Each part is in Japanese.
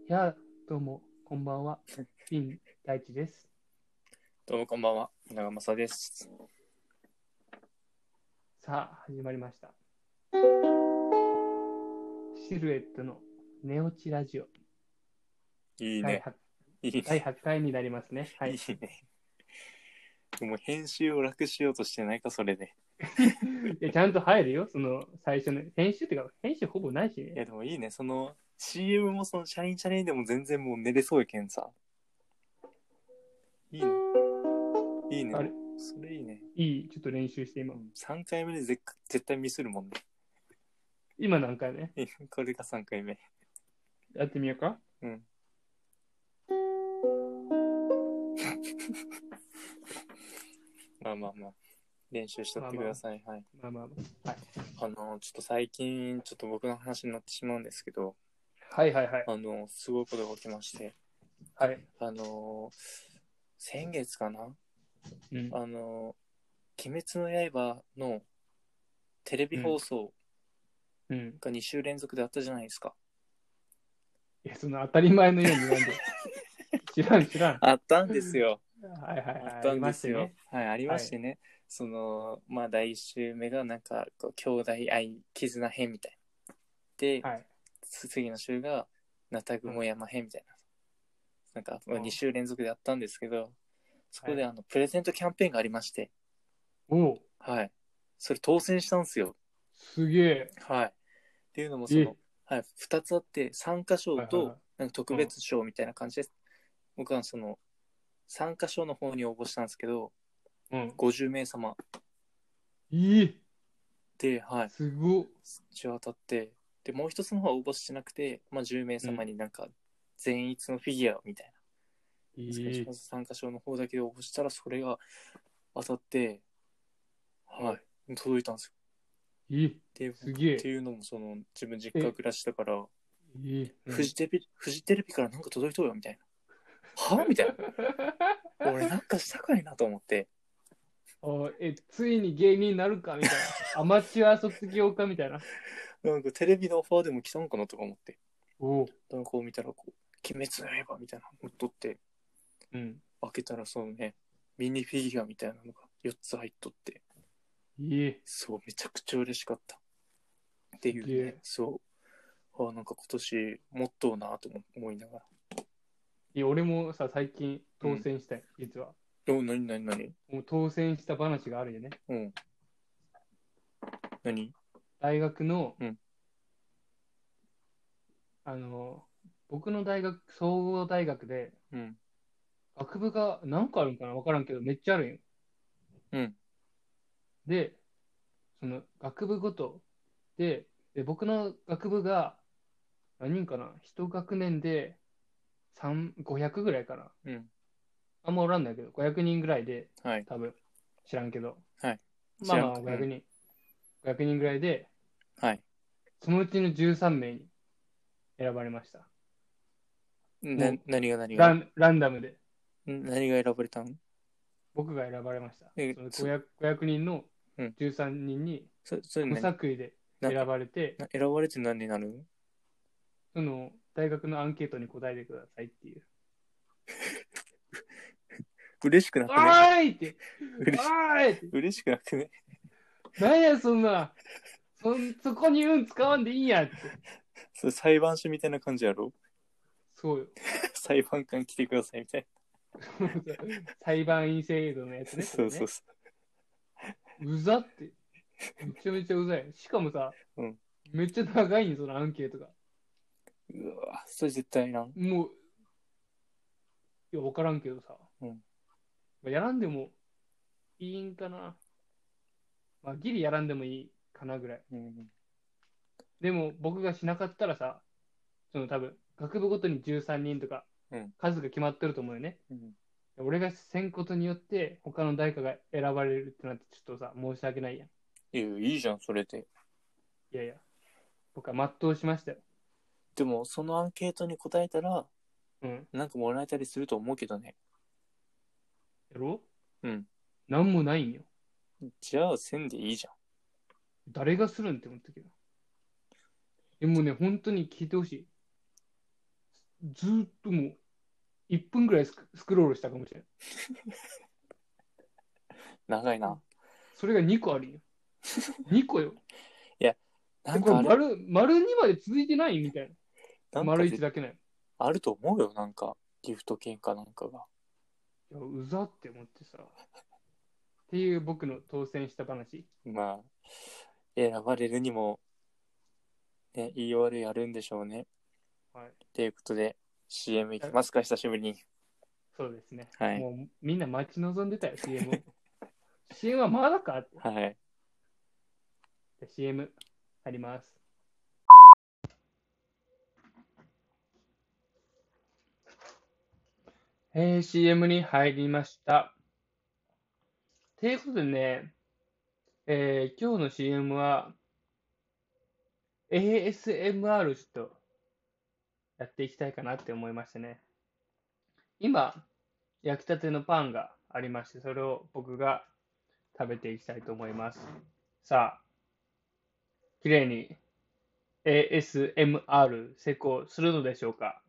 やあ、どうも、こんばんは。ピン大地です。 どうもこんばんは、長政です。 さあ、始まりました。シルエットの寝落ちラジオ第いいね。 8、 いいね。 第8回になりますね。はいいい。 ね。もう編集を楽しようとしてないか、それで。 いやちゃんと入るよ、その最初の編集ってか、編集ほぼないしね。 いや、でもいいね。その CM もその社員チャレンでも全然もう寝れそうやけんさ。いいね。いいね。 あれ、 それいいね。 いい、ちょっと練習して今。 3回目で絶対ミスるもんね。 今何回目これが3回目。 やってみようか。 うん。まあまあまあ。練習しとってください。はい。 まあまあまあ。 ちょっと最近、ちょっと僕の話になってしまうんですけど、 はいはいはい。 すごいことが起きまして、 はい。 先月かな、 うん。 鬼滅の刃のテレビうん。 放送うん。 が2週連続であったじゃないですか。 いや、その当たり前のように言わんで。知らん知らん。 あったんですよ。 はいはいはい。ああったりんですよ。 ましてね。 はい、ありまはい。 してね。まあ、第1週目がなんか、こう兄弟愛、絆編みたいな。で、 はい。 次の週が、ナタグうん。 モ山編みたいな。なんか、 あ 2週連続であったんですけど、そはい。 こでプレゼントキャンペーンがありまして、 おう、 はい。それ当選したんですよ。 すげえ。 はい。っていうのもえ、 はい、2つあって、参加賞とはいはいはい。 なんか特うん。 別賞みたいな感じです。僕は参加賞の方に応募したんですけど、 うん。 50名様え、 で、はい、 すごっ。 一応当たって、で、もう一つの方は応募してなくて、まあ、10名うん。 様になんか全一のフィギュアみたいな。一え、 番参加賞の方だけで応募したら、それが当たって、 はい。 はい、届いたんですよ。 え、 で、僕っすげえ。 ていうのも自分実家え、 暮らしだから、 うん。 フジテレビからなんか届いとうよみたいな。はみたいな。俺なんかしたかいなと思って。 ついに芸人になるかみたいな。アマチュア卒業かみたいな。 なんかテレビのオファーでも来たのかなとか思って。 おう。 なんかこう見たら鬼滅の刃みたいなの撮って、 うん。 開けたらミニフィギュアみたいなのが4つ入っとって、 え、 そう、めちゃくちゃ嬉しかった。っていうね、 すげえ。 そう。なんか今年もっとなと思いながら。 俺もさ、最近当うん。 選したよ、実は。 なになになに。 もう当選した話があるよね。 うん。なに。 大学の、 うん。 あの、僕の大学、総合大学で、 うん。 学部が何個あるんかなわからんけど、めっちゃあるんよ。 うん。 で、その学部ごとで、僕の学部が何人かな？ 1 学年で500ぐらいかな。 うん。 あんまおらんだけど、500人ぐらいで、 はい。 多分、知らんけど。 はい。 まあまあ、 知らんか。う 500 ん。 人。5人ぐらいで、 はい。 そのうちの13名に選ばれました。も何う、 がランダムで、 何が選ばれたん。 僕が選ばれました。 え、 その500人のうん。 13人に無それ作為でな、 選ばれて、 選ばれて何になる。 その大学のアンケートに答えてくださいっていう。 嬉しくなおくね。 ーいって、お嬉し、 ーいって、 嬉しくなくね。 なんやそんな、そこに運使わんでいいんやって。 それ裁判所みたいな感じやろ。 そうよ。 裁判官来てくださいみたい裁判員制度のやつな。 ね、それね。 そうそうそうざって。めちゃめちゃうざい。しかもさ、 う。うん。 めっちゃ長いんそのアンケートが。 うわ、それ絶対いらん。 もう、いや、わからんけどさ。 うん。 やらんでもいいんかな。まあ、ギリやらんでもいいかなぐらい。 うん。 でも、僕がしなかったらさ、その多分、学部ごとに13人とか、 うん。 数が決まってると思うよね。 うん。 俺がせんことによって、他の誰かが選ばれるってなって、ちょっとさ、申し訳ないやん。 いいじゃん、それで。 いやいや、僕は全うしましたよ。 でも、そのアンケートに答えたら、 うん。 なんかもらえたりすると思うけどね。 やろうん。 なんもないんよ。 じゃあ、せんでいいじゃん。 誰がするんって思ったけど。でもね、本当に聞いてほしい。 ずーっともう1分ぐらいスクロールしたかもしれない。 長いな。 それが2個あるよ。2個よ。 なんこれかあれ、 丸2まで続いてないみたいな。丸なんか 1だけない。 あると思うよ、なんか、ギフト券かなんかが。 いや、うざって思ってさ。っていう僕の当選した話。 まあ、選ばれるにも、ね、言い悪いあるんでしょうね。 はい。 ということで、CM いきますか、久しぶりに。 そうですね。 はい。 もうみんな待ち望んでたよ、CM を。CM はまだかって。 はい。 じゃあ CM あります。CM に入りました。ということでね、今日の CM は ASMR ちょっとやっていきたいかなって思いましてね。今、焼きたてのパンがありまして、それを僕が食べていきたいと思います。さあ、綺麗に ASMR 成功するのでしょうか。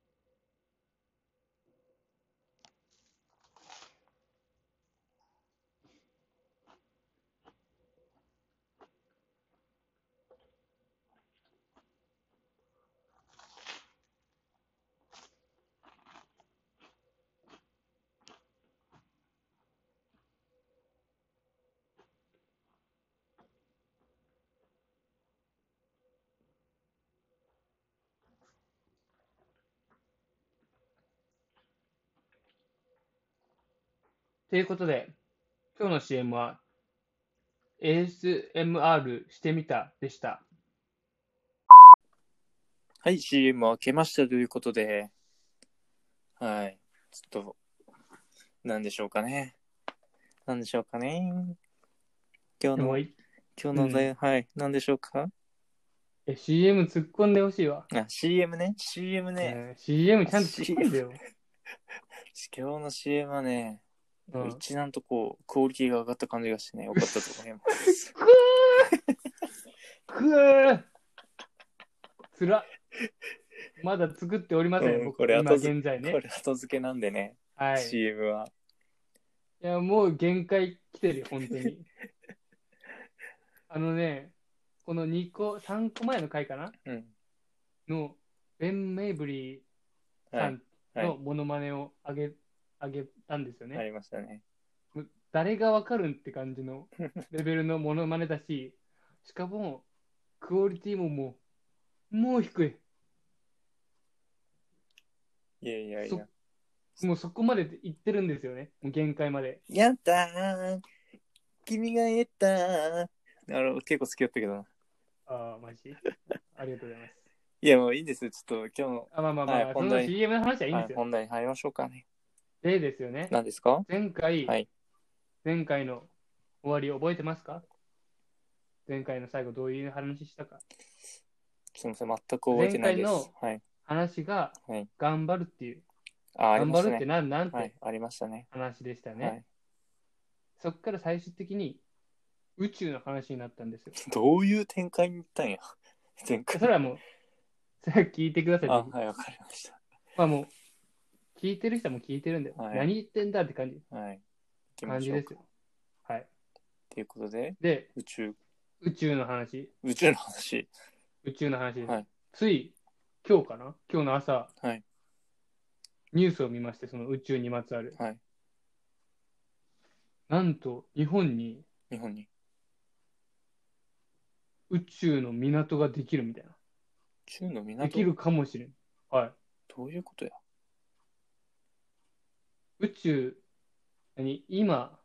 ということで、今日の CM は ASMR してみたでした。 はい、CM 開けましたということで、はい。ちょっと、なんでしょうかね。なんでしょうかね。今日の、 でもはい、なんでしょうか。 CM 突っ込んでほしいわ。 あ、CM ね。CM ね。 CM ちゃんと突っ込んでよ。 今日の CM はね、 うん、 一段とこう、クオリティが上がった感じがしてね、よかったと思います。 くーくーつら。まだ作っておりません、 うん、 僕、今現在ね。 これ後付けなんでね、 はい。 CM は。 いや、もう限界来てるよ、本当に。あのね、この2個、3個前の回かなうん。 の、ベン・メイブリーはい。 さんはい。 のモノマネをあげたんですよね。 ありましたね。 誰がわかるんって感じのレベルのモノマネだし、しかも、クオリティももう低い。 いやいやいそ、 や。 もうそこまで行ってるんですよね。もう限界まで。 やったー、君が言ったー。結構好きだったけどな。 ああ、マジありがとうございます。 いや、もういいんです。ちょっと今日の、 あ、まあまあはい、 まあ、その CM の話はいいんはい、 ですよ。 本題に入りましょうかね。 でですよね。 何ですか？ 前回、 はい。 前回の終わり覚えてますか？前回の最後どういう話したか。 すみません。全く覚えて前ないです。 回のはい。 話がはい。 頑張るっていう、 あり頑張るってましたね。 なんてはい。ありましたね。 話でしたよね。 はい。 そこから最終的に宇宙の話になったんですよ。 どういう展開に行ったんや。前回。 それはもう、それは聞いてください、ぜあ、 ひ。 はい、わかりましまあもう、聞いてる人も聞いてるんだよ。 た。はい。 何言ってんだってはい。行きましょうか。 感じですよ。はい。 ということで、 で、 宇宙、 宇宙の話、 宇宙の話。 宇宙の話です。 はい。 つい今日かな今日の朝、 はい。 ニュースを見まして、その宇宙にまつわる。 はい。 なんと、日本に日本に。 宇宙の港ができるみたいな。 宇宙の港？ できるかもしれん。はい。 どういうことや？ 宇宙、今、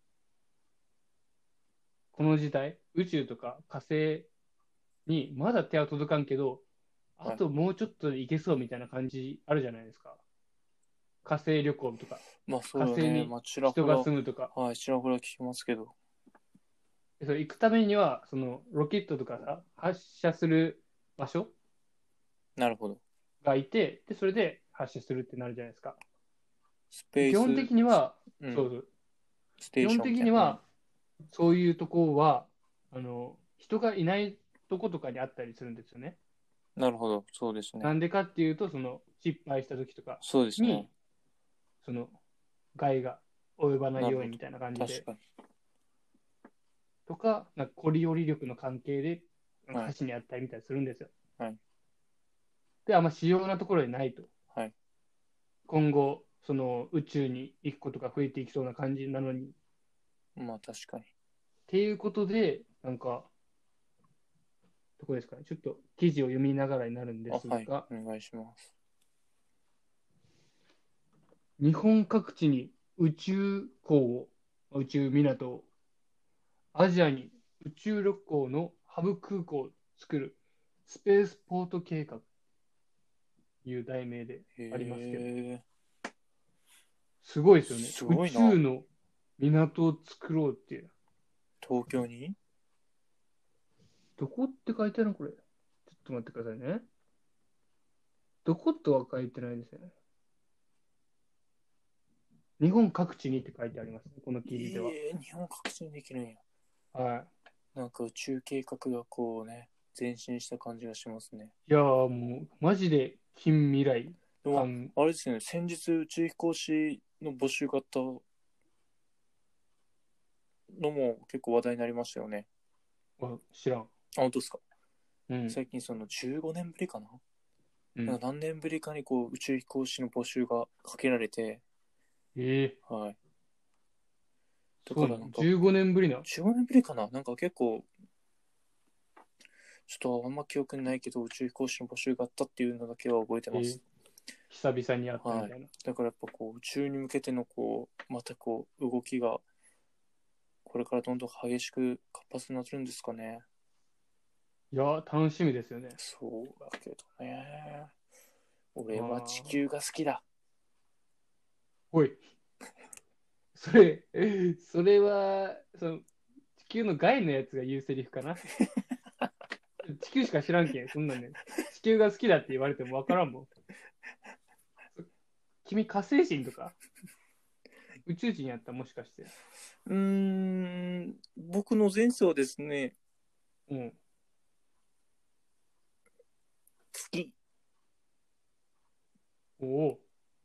この時代、宇宙とか火星にまだ手は届かんけど、あはい。 ともうちょっとで行けそうみたいな感じあるじゃないですか。火星旅行とか、 まあそうよね。 火星にまあちら人がほら、 住むとか。 はい、ちらほら聞きますけど。 でそれ行くためには、そのロケットとかさ、発射する場所なるほど。 がいて、で、それで発射するってなるじゃないですか。 スペー基本ス、 的には、 うん、 そうそう。 ステーシ基本ョンみたいな。うん。 的には、そういうところは、人がいないとことかにあったりするんですよね。 なるほど。そうですね。 なんでかっていうと、 失敗した時とかそうですねに、。その害が及ばないようにみたいな感じで確かに。 とか、なんかコリオリ力の関係ではい橋にあったりみたいにするんですよ。 はいで、あんま主要なところでないと。 はい。 今後、その宇宙に行くことが増えていきそうな感じなのに。 まあ確かに。 っていうことで、なんか、どこですかね、ちょっと記事を読みながらになるんですはい。 が、 お願いします。 日本各地に宇宙港を、宇宙港を、アジアに宇宙旅行のハブ空港を作るスペースポート計画という題名でありますけど、 へえ。 すごいですよね。宇すごいな。 宙の港を作ろうっていう。 東京にどこって書いてあるのこれ。ちょっと待ってくださいね。どことは書いてないですね。日本各地にって書いてありますね、この記事では。 日本各地にできるんや。 はなんか宇宙計画がこうね、前進した感じがしますね。 い。いやーもう、マジで近未来でも、 感。 あれですね、先日宇宙飛行士の募集があったのも結構話題になりましたよね。 知らん。 あ、本当ですか。 うん。 最近その15年ぶりかな、 うんなんか何年ぶりかにこう宇宙飛行士の募集がかけられて、 ええはい。だそうなのからなんか、 15年ぶりな。 15年ぶりかな、なんか結構、ちょっとあんま記憶にないけど、宇宙飛行士の募集があったっていうのだけは覚えてます。 久々に会ったみたいな。 だからやっぱこう宇宙に向けてのこうまたこう動きがこれからどんどん激しく活発になってるんですかね。 いやー、楽しみですよね。 そうだけどね。俺は地球が好きだ。 おい。それは、その、地球の外のやつが言うセリフかな。地球しか知らんけん、そんなんね。地球が好きだって言われてもわからんもん。君、火星人とか宇宙人やったもしかして。 僕の前世はですね、 うん。 好き。 おお。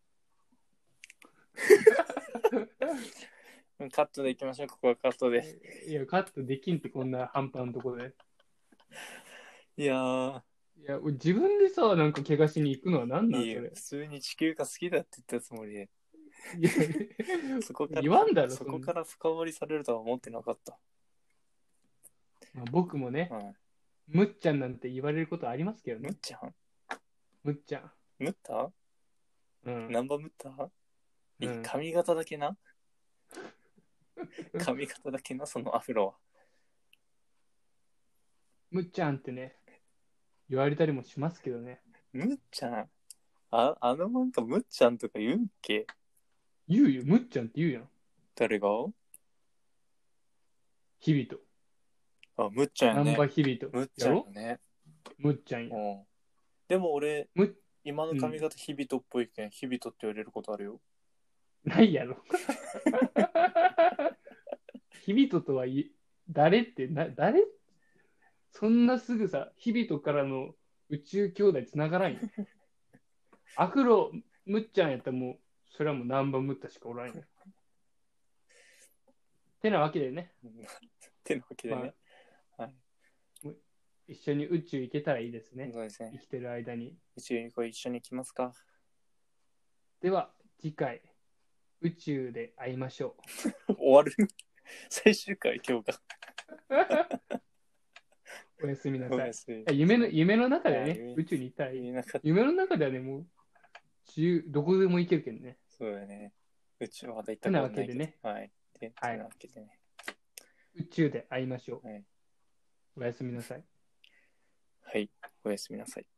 カットでいきましょう。ここはカットで。 いや、カットできんってこんな半端なとこで。 いやー、 いや、自分でさ、なんか怪我しに行くのは何なんいいよ。 それ。 普通に地球が好きだって言ったつもりで。 いや、 そこから言わんだろ、 そこから深掘りされるとは思ってなかった。 まあ、僕もね、 はい。 むっちゃんなんて言われることありますけどね。 むっちゃんむっちゃん。 むったうん。 ナンバむったうん髪型だけな髪型だけな、そのアフロは。 むっちゃんってね、言われたりもしますけどね。 むっちゃん。あのなんかむっちゃんとか言うんっけ？ 言うよ、むっちゃんって言うやん。 誰が？ 日々と。 むっちゃんやね。 ナンバ日々と。 むっちゃんやね。 むっちゃんや。 でも俺、 む今の髪型日々とっぽいけん、日々とって言われることあるよ。 ないやろ。日々とと誰って誰そんなすぐさ、日々とからの宇宙兄弟つながらんよ。アフロ、むっちゃんやったらもう、それはもうナンバむったしかおらんよ。てなわけでね。 ってなわけでね。はい。 一緒に宇宙行けたらいいですね。 そうですね。 生きてる間に。 宇宙に一緒に行きますか。 では、次回、宇宙で会いましょう。終わる最終回、今日が。 おやすみなさい。 い。 夢の中でね、宇宙に行ったらいい。夢の中ではね、もう、どこでも行けるけどね。 そうだね。宇宙はまだ行ったことないけど。 てなわけでね。 はい。てなわけでね。 宇宙で会いましょう。 はい。 おやすみなさい。 はい。おやすみなさい。